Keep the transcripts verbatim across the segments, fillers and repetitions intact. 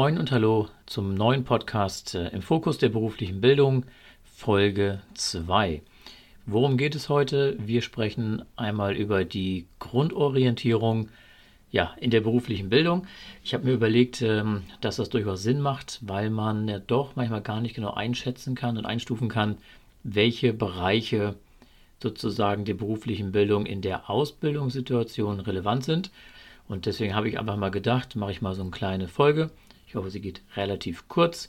Moin und Hallo zum neuen Podcast äh, im Fokus der beruflichen Bildung, Folge zwei. Worum geht es heute? Wir sprechen einmal über die Grundorientierung ja, in der beruflichen Bildung. Ich habe mir überlegt, ähm, dass das durchaus Sinn macht, weil man ja doch manchmal gar nicht genau einschätzen kann und einstufen kann, welche Bereiche sozusagen der beruflichen Bildung in der Ausbildungssituation relevant sind. Und deswegen habe ich einfach mal gedacht, mache ich mal so eine kleine Folge. Ich hoffe, sie geht relativ kurz,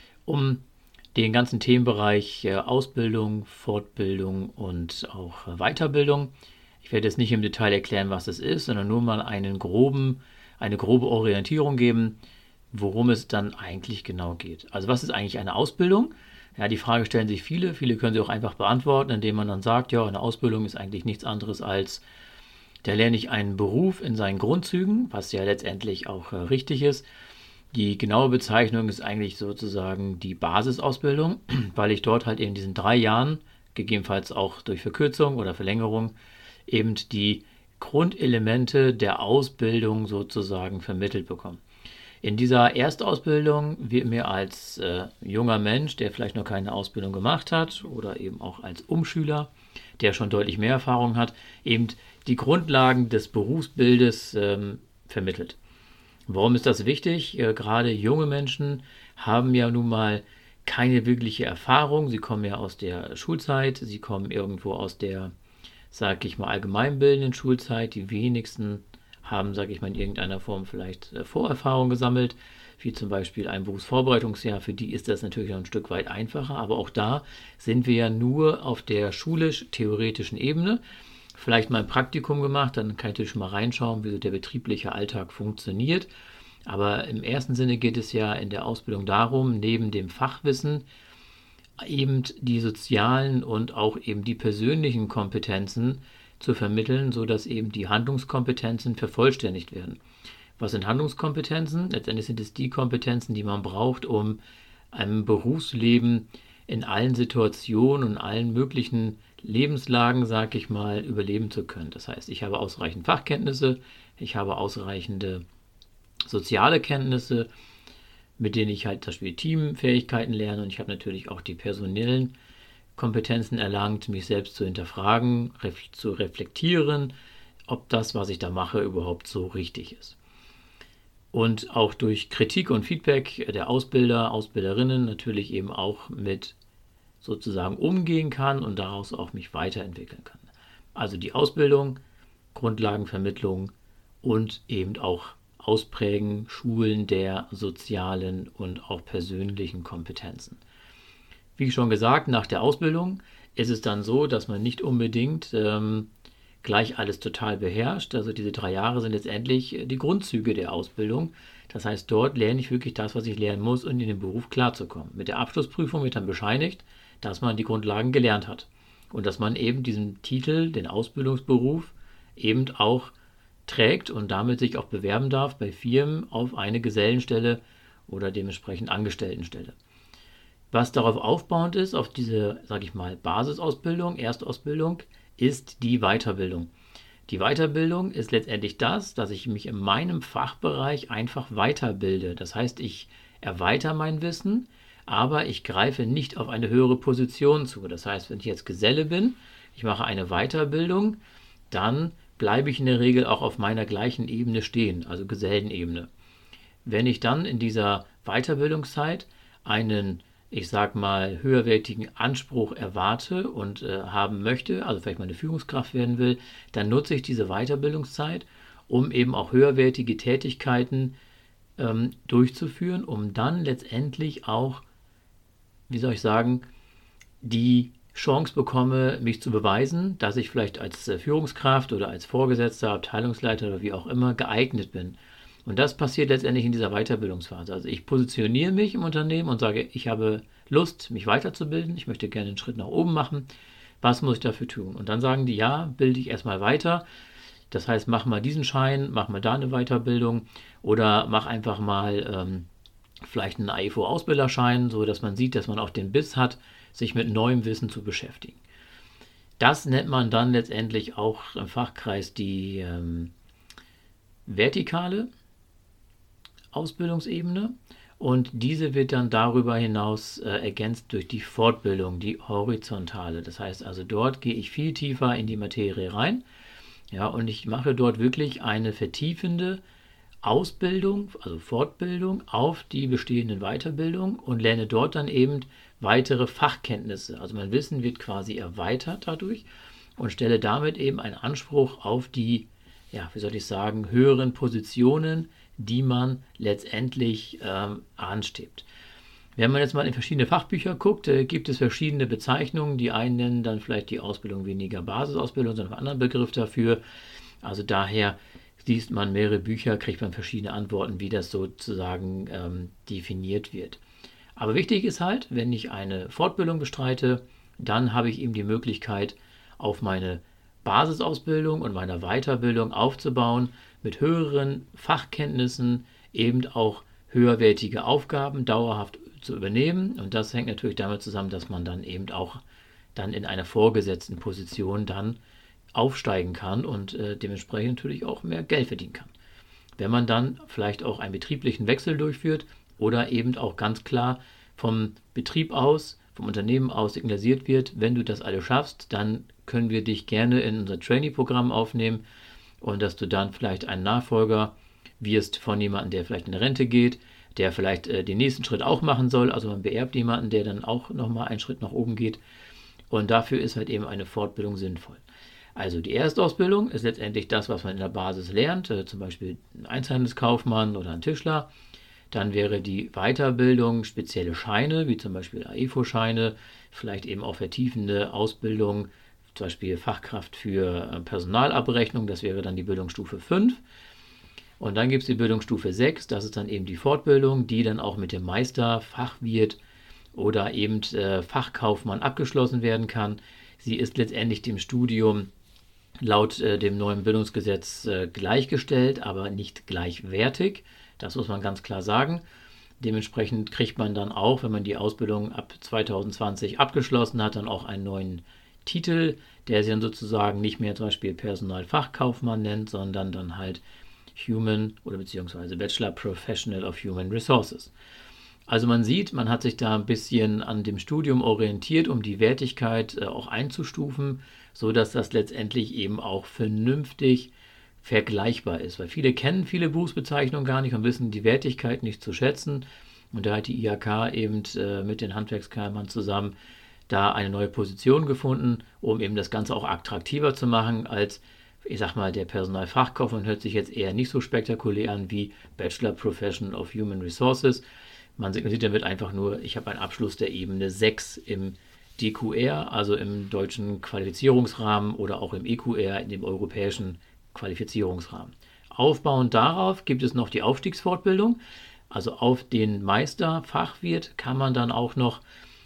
um den ganzen Themenbereich äh, Ausbildung, Fortbildung und auch äh, Weiterbildung. Ich werde jetzt nicht im Detail erklären, was es ist, sondern nur mal einen groben, eine grobe Orientierung geben, worum es dann eigentlich genau geht. Also was ist eigentlich eine Ausbildung? Ja, die Frage stellen sich viele. Viele können sie auch einfach beantworten, indem man dann sagt, ja, eine Ausbildung ist eigentlich nichts anderes als, da lerne ich einen Beruf in seinen Grundzügen, was ja letztendlich auch äh, richtig ist. Die genaue Bezeichnung ist eigentlich sozusagen die Basisausbildung, weil ich dort halt in diesen drei Jahren, gegebenenfalls auch durch Verkürzung oder Verlängerung, eben die Grundelemente der Ausbildung sozusagen vermittelt bekomme. In dieser Erstausbildung wird mir als äh, junger Mensch, der vielleicht noch keine Ausbildung gemacht hat oder eben auch als Umschüler, der schon deutlich mehr Erfahrung hat, eben die Grundlagen des Berufsbildes ähm, vermittelt. Warum ist das wichtig? Äh, gerade junge Menschen haben ja nun mal keine wirkliche Erfahrung. Sie kommen ja aus der Schulzeit, sie kommen irgendwo aus der, sage ich mal, allgemeinbildenden Schulzeit. Die wenigsten haben, sage ich mal, in irgendeiner Form vielleicht äh, Vorerfahrung gesammelt, wie zum Beispiel ein Berufsvorbereitungsjahr. Für die ist das natürlich noch ein Stück weit einfacher, aber auch da sind wir ja nur auf der schulisch-theoretischen Ebene. Vielleicht mal ein Praktikum gemacht, dann kann ich natürlich schon mal reinschauen, wie so der betriebliche Alltag funktioniert. Aber im ersten Sinne geht es ja in der Ausbildung darum, neben dem Fachwissen eben die sozialen und auch eben die persönlichen Kompetenzen zu vermitteln, sodass eben die Handlungskompetenzen vervollständigt werden. Was sind Handlungskompetenzen? Letztendlich sind es die Kompetenzen, die man braucht, um einem Berufsleben in allen Situationen und allen möglichen Lebenslagen, sage ich mal, überleben zu können. Das heißt, ich habe ausreichend Fachkenntnisse, ich habe ausreichende soziale Kenntnisse, mit denen ich halt zum Beispiel Teamfähigkeiten lerne, und ich habe natürlich auch die personellen Kompetenzen erlangt, mich selbst zu hinterfragen, ref- zu reflektieren, ob das, was ich da mache, überhaupt so richtig ist. Und auch durch Kritik und Feedback der Ausbilder, Ausbilderinnen natürlich eben auch mit sozusagen umgehen kann und daraus auch mich weiterentwickeln kann. Also die Ausbildung, Grundlagenvermittlung und eben auch Ausprägen, Schulen der sozialen und auch persönlichen Kompetenzen. Wie schon gesagt, nach der Ausbildung ist es dann so, dass man nicht unbedingt ähm, gleich alles total beherrscht. Also diese drei Jahre sind letztendlich die Grundzüge der Ausbildung. Das heißt, dort lerne ich wirklich das, was ich lernen muss, um in den Beruf klarzukommen. Mit der Abschlussprüfung wird dann bescheinigt, dass man die Grundlagen gelernt hat und dass man eben diesen Titel, den Ausbildungsberuf, eben auch trägt und damit sich auch bewerben darf bei Firmen auf eine Gesellenstelle oder dementsprechend Angestelltenstelle. Was darauf aufbauend ist, auf diese, sage ich mal, Basisausbildung, Erstausbildung, ist die Weiterbildung. Die Weiterbildung ist letztendlich das, dass ich mich in meinem Fachbereich einfach weiterbilde. Das heißt, ich erweitere mein Wissen, aber ich greife nicht auf eine höhere Position zu. Das heißt, wenn ich jetzt Geselle bin, ich mache eine Weiterbildung, dann bleibe ich in der Regel auch auf meiner gleichen Ebene stehen, also Gesellenebene. Wenn ich dann in dieser Weiterbildungszeit einen, ich sag mal, höherwertigen Anspruch erwarte und äh, haben möchte, also vielleicht mal eine Führungskraft werden will, dann nutze ich diese Weiterbildungszeit, um eben auch höherwertige Tätigkeiten ähm, durchzuführen, um dann letztendlich auch, wie soll ich sagen, die Chance bekomme, mich zu beweisen, dass ich vielleicht als äh, Führungskraft oder als Vorgesetzter, Abteilungsleiter oder wie auch immer geeignet bin. Und das passiert letztendlich in dieser Weiterbildungsphase. Also ich positioniere mich im Unternehmen und sage, ich habe Lust, mich weiterzubilden, ich möchte gerne einen Schritt nach oben machen. Was muss ich dafür tun? Und dann sagen die, ja, bilde ich erstmal weiter. Das heißt, mach mal diesen Schein, mach mal da eine Weiterbildung oder mach einfach mal ähm, vielleicht einen A I F O-Ausbilderschein, so dass man sieht, dass man auch den Biss hat, sich mit neuem Wissen zu beschäftigen. Das nennt man dann letztendlich auch im Fachkreis die ähm, vertikale Ausbildungsebene. Und diese wird dann darüber hinaus äh, ergänzt durch die Fortbildung, die horizontale. Das heißt also, dort gehe ich viel tiefer in die Materie rein. Ja, und ich mache dort wirklich eine vertiefende Ausbildung, also Fortbildung auf die bestehenden Weiterbildungen und lerne dort dann eben weitere Fachkenntnisse. Also mein Wissen wird quasi erweitert dadurch und stelle damit eben einen Anspruch auf die, ja, wie soll ich sagen, höheren Positionen, die man letztendlich ähm, anstrebt. Wenn man jetzt mal in verschiedene Fachbücher guckt, äh, gibt es verschiedene Bezeichnungen. Die einen nennen dann vielleicht die Ausbildung weniger Basisausbildung, sondern einen anderen Begriff dafür. Also daher liest man mehrere Bücher, kriegt man verschiedene Antworten, wie das sozusagen ähm, definiert wird. Aber wichtig ist halt, wenn ich eine Fortbildung bestreite, dann habe ich eben die Möglichkeit, auf meine Basisausbildung und meine Weiterbildung aufzubauen, mit höheren Fachkenntnissen eben auch höherwertige Aufgaben dauerhaft zu übernehmen. Und das hängt natürlich damit zusammen, dass man dann eben auch dann in einer vorgesetzten Position dann aufsteigen kann und äh, dementsprechend natürlich auch mehr Geld verdienen kann. Wenn man dann vielleicht auch einen betrieblichen Wechsel durchführt oder eben auch ganz klar vom Betrieb aus, vom Unternehmen aus signalisiert wird, wenn du das alles schaffst, dann können wir dich gerne in unser Trainee-Programm aufnehmen und dass du dann vielleicht einen Nachfolger wirst von jemandem, der vielleicht in Rente geht, der vielleicht äh, den nächsten Schritt auch machen soll. Also man beerbt jemanden, der dann auch nochmal einen Schritt nach oben geht. Und dafür ist halt eben eine Fortbildung sinnvoll. Also die Erstausbildung ist letztendlich das, was man in der Basis lernt, äh, zum Beispiel ein Einzelhandelskaufmann oder ein Tischler. Dann wäre die Weiterbildung spezielle Scheine, wie zum Beispiel A E F O-Scheine, vielleicht eben auch vertiefende Ausbildung, zum Beispiel Fachkraft für Personalabrechnung, das wäre dann die Bildungsstufe fünf. Und dann gibt es die Bildungsstufe sechs, das ist dann eben die Fortbildung, die dann auch mit dem Meister, Fachwirt oder eben äh, Fachkaufmann abgeschlossen werden kann. Sie ist letztendlich dem Studium laut äh, dem neuen Bildungsgesetz äh, gleichgestellt, aber nicht gleichwertig. Das muss man ganz klar sagen. Dementsprechend kriegt man dann auch, wenn man die Ausbildung ab zwanzig zwanzig abgeschlossen hat, dann auch einen neuen Titel, der sich dann sozusagen nicht mehr zum Beispiel Personalfachkaufmann nennt, sondern dann halt Human oder beziehungsweise Bachelor Professional of Human Resources. Also man sieht, man hat sich da ein bisschen an dem Studium orientiert, um die Wertigkeit äh, auch einzustufen, sodass das letztendlich eben auch vernünftig vergleichbar ist. Weil viele kennen viele Berufsbezeichnungen gar nicht und wissen die Wertigkeit nicht zu schätzen. Und da hat die I H K eben äh, mit den Handwerkskammern zusammen da eine neue Position gefunden, um eben das Ganze auch attraktiver zu machen als, ich sag mal, der Personalfachkaufmann hört sich jetzt eher nicht so spektakulär an wie Bachelor Professional of Human Resources. Man signalisiert damit einfach nur, ich habe einen Abschluss der Ebene sechs im D Q R, also im deutschen Qualifizierungsrahmen oder auch im E Q R, in dem europäischen Qualifizierungsrahmen. Aufbauend darauf gibt es noch die Aufstiegsfortbildung. Also auf den Meister, Fachwirt kann man dann auch noch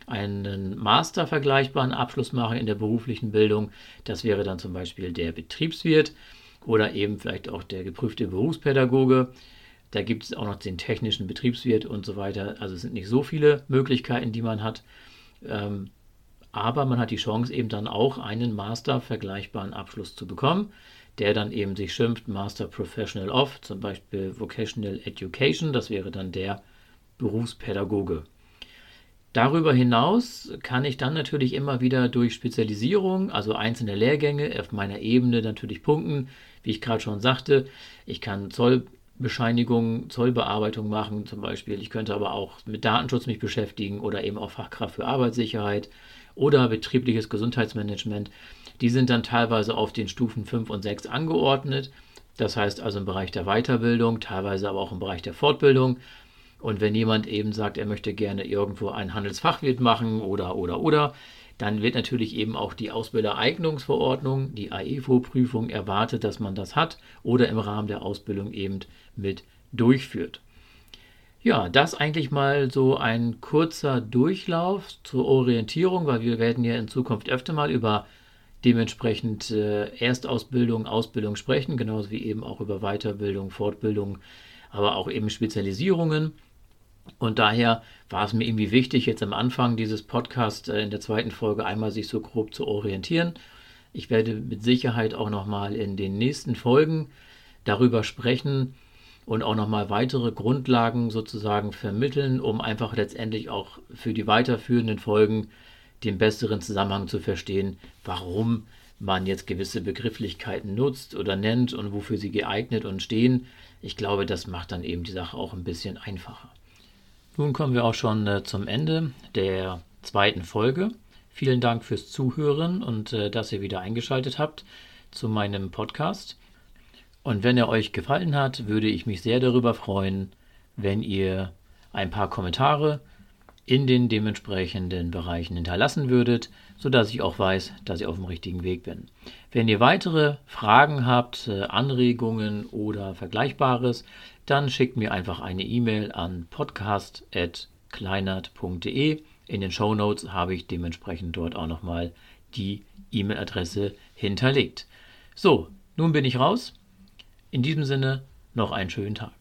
einen Master-vergleichbaren Abschluss machen in der beruflichen Bildung. Das wäre dann zum Beispiel der Betriebswirt oder eben vielleicht auch der geprüfte Berufspädagoge. Da gibt es auch noch den technischen Betriebswirt und so weiter. Also es sind nicht so viele Möglichkeiten, die man hat. Ähm, aber man hat die Chance eben dann auch einen Master-vergleichbaren Abschluss zu bekommen, der dann eben sich schimpft Master Professional of, zum Beispiel Vocational Education. Das wäre dann der Berufspädagoge. Darüber hinaus kann ich dann natürlich immer wieder durch Spezialisierung, also einzelne Lehrgänge auf meiner Ebene natürlich punkten. Wie ich gerade schon sagte, ich kann Zollbescheinigungen, Zollbearbeitung machen zum Beispiel. Ich könnte aber auch mit Datenschutz mich beschäftigen oder eben auch Fachkraft für Arbeitssicherheit oder betriebliches Gesundheitsmanagement. Die sind dann teilweise auf den Stufen fünf und sechs angeordnet. Das heißt also im Bereich der Weiterbildung, teilweise aber auch im Bereich der Fortbildung. Und wenn jemand eben sagt, er möchte gerne irgendwo einen Handelsfachwirt machen oder, oder, oder, dann wird natürlich eben auch die Ausbildereignungsverordnung, die A E F O-Prüfung erwartet, dass man das hat oder im Rahmen der Ausbildung eben mit durchführt. Ja, das eigentlich mal so ein kurzer Durchlauf zur Orientierung, weil wir werden ja in Zukunft öfter mal über dementsprechend äh, Erstausbildung, Ausbildung sprechen, genauso wie eben auch über Weiterbildung, Fortbildung, aber auch eben Spezialisierungen. Und daher war es mir irgendwie wichtig, jetzt am Anfang dieses Podcasts äh, in der zweiten Folge einmal sich so grob zu orientieren. Ich werde mit Sicherheit auch nochmal in den nächsten Folgen darüber sprechen, und auch nochmal weitere Grundlagen sozusagen vermitteln, um einfach letztendlich auch für die weiterführenden Folgen den besseren Zusammenhang zu verstehen, warum man jetzt gewisse Begrifflichkeiten nutzt oder nennt und wofür sie geeignet und stehen. Ich glaube, das macht dann eben die Sache auch ein bisschen einfacher. Nun kommen wir auch schon äh, zum Ende der zweiten Folge. Vielen Dank fürs Zuhören und äh, dass ihr wieder eingeschaltet habt zu meinem Podcast. Und wenn er euch gefallen hat, würde ich mich sehr darüber freuen, wenn ihr ein paar Kommentare in den dementsprechenden Bereichen hinterlassen würdet, sodass ich auch weiß, dass ich auf dem richtigen Weg bin. Wenn ihr weitere Fragen habt, Anregungen oder Vergleichbares, dann schickt mir einfach eine E-Mail an podcast at kleinert punkt de. In den Shownotes habe ich dementsprechend dort auch nochmal die E-Mail-Adresse hinterlegt. So, nun bin ich raus. In diesem Sinne noch einen schönen Tag.